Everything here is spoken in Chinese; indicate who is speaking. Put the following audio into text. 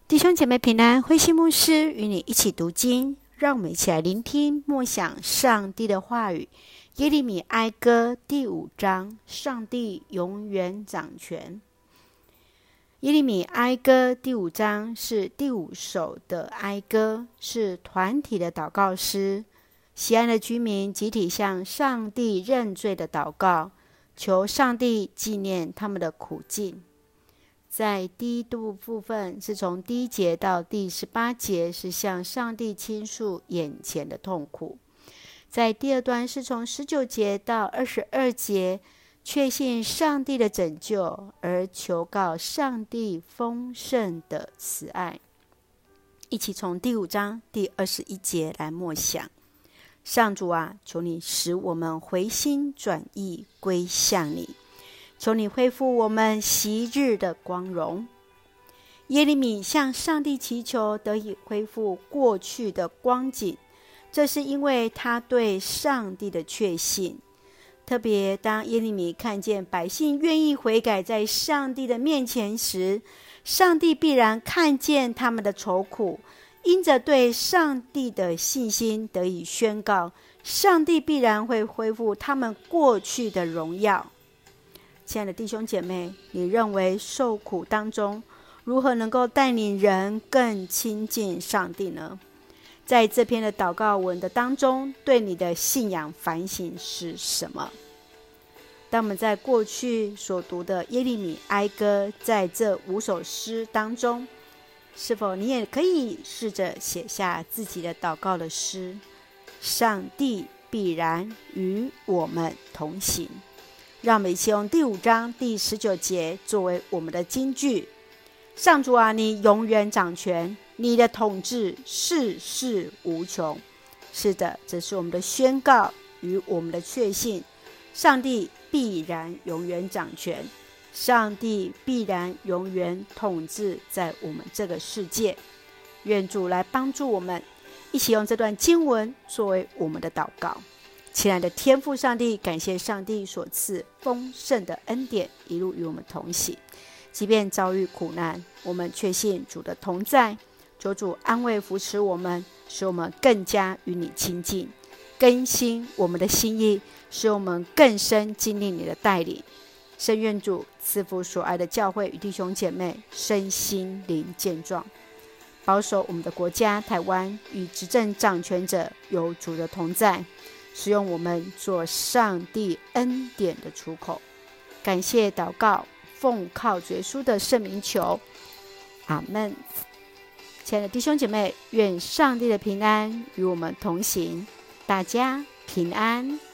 Speaker 1: 弟兄姐妹平安，慧馨牧师与你一起读经，让我们一起来聆听默想上帝的话语。耶利米哀歌第5章，上帝永远掌权。耶利米哀歌第5章是第5首的哀歌，是团体的祷告诗。西安的居民集体向上帝认罪的祷告，求上帝纪念他们的苦境。在第一部分是从第1节到第18节，是向上帝倾诉眼前的痛苦。在第二段是从19节到22节，确信上帝的拯救，而求告上帝丰盛的慈爱。一起从第5章第21节来默想。上主啊，求你使我们回心转意归向你，求你恢复我们昔日的光荣。耶利米向上帝祈求得以恢复过去的光景，这是因为他对上帝的确信。特别当耶利米看见百姓愿意悔改在上帝的面前时，上帝必然看见他们的愁苦，因着对上帝的信心得以宣告，上帝必然会恢复他们过去的荣耀。亲爱的弟兄姐妹，你认为受苦当中如何能够带领人更亲近上帝呢？在这篇的祷告文的当中，对你的信仰反省是什么？当我们在过去所读的耶利米哀歌，在这5首诗当中，是否你也可以试着写下自己的祷告的诗？上帝必然与我们同行。让我们一起用第5章第19节作为我们的金句。上主啊，你永远掌权，你的统治世世无穷。是的，这是我们的宣告与我们的确信。上帝必然永远掌权，上帝必然永远统治在我们这个世界。愿主来帮助我们，一起用这段经文作为我们的祷告。亲爱的天父上帝，感谢上帝所赐丰盛的恩典，一路与我们同行。即便遭遇苦难，我们确信主的同在，求主安慰扶持我们，使我们更加与你亲近，更新我们的心意，使我们更深经历你的带领。深愿主赐福所爱的教会与弟兄姐妹身心灵健壮，保守我们的国家台湾与执政掌权者有主的同在，使用我们做上帝恩典的出口。感谢祷告，奉靠主耶稣的圣名求，阿们。亲爱的弟兄姐妹，愿上帝的平安与我们同行，大家平安。